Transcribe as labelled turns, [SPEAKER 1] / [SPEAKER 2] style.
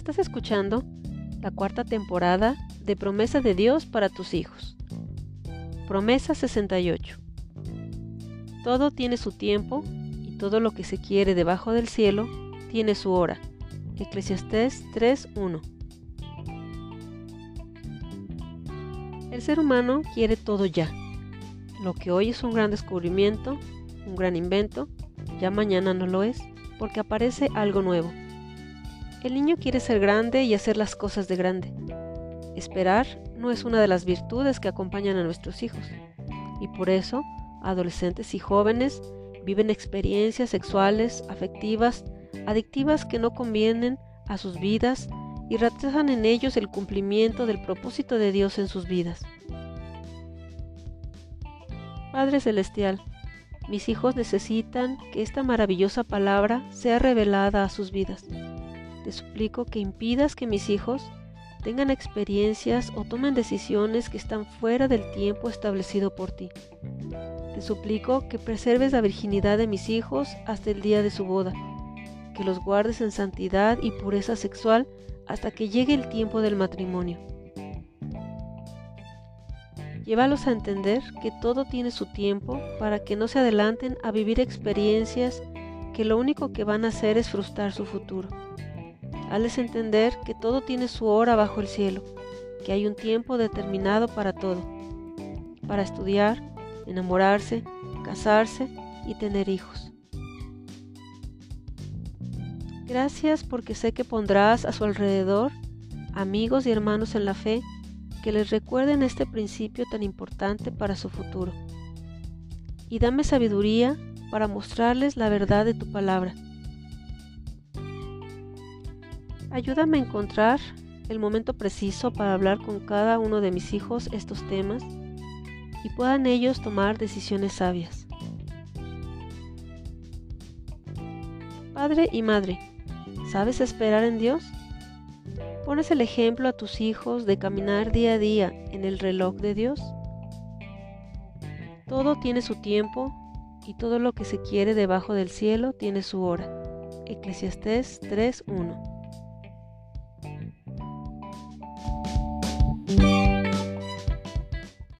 [SPEAKER 1] Estás escuchando la cuarta temporada de Promesa de Dios para tus hijos. Promesa 68. Todo tiene su tiempo y todo lo que se quiere debajo del cielo tiene su hora. Eclesiastés 3:1. El ser humano quiere todo ya. Lo que hoy es un gran descubrimiento, un gran invento, ya mañana no lo es, porque aparece algo nuevo. El niño quiere ser grande y hacer las cosas de grande. Esperar no es una de las virtudes que acompañan a nuestros hijos, y por eso adolescentes y jóvenes viven experiencias sexuales, afectivas, adictivas que no convienen a sus vidas y retrasan en ellos el cumplimiento del propósito de Dios en sus vidas. Padre Celestial, mis hijos necesitan que esta maravillosa palabra sea revelada a sus vidas. Te suplico que impidas que mis hijos tengan experiencias o tomen decisiones que están fuera del tiempo establecido por ti. Te suplico que preserves la virginidad de mis hijos hasta el día de su boda, que los guardes en santidad y pureza sexual hasta que llegue el tiempo del matrimonio. Llévalos a entender que todo tiene su tiempo para que no se adelanten a vivir experiencias que lo único que van a hacer es frustrar su futuro. Hazles entender que todo tiene su hora bajo el cielo, que hay un tiempo determinado para todo, para estudiar, enamorarse, casarse y tener hijos. Gracias porque sé que pondrás a su alrededor amigos y hermanos en la fe que les recuerden este principio tan importante para su futuro. Y dame sabiduría para mostrarles la verdad de tu palabra. Ayúdame a encontrar el momento preciso para hablar con cada uno de mis hijos estos temas y puedan ellos tomar decisiones sabias. Padre y madre, ¿sabes esperar en Dios? ¿Pones el ejemplo a tus hijos de caminar día a día en el reloj de Dios? Todo tiene su tiempo y todo lo que se quiere debajo del cielo tiene su hora. Eclesiastés 3:1.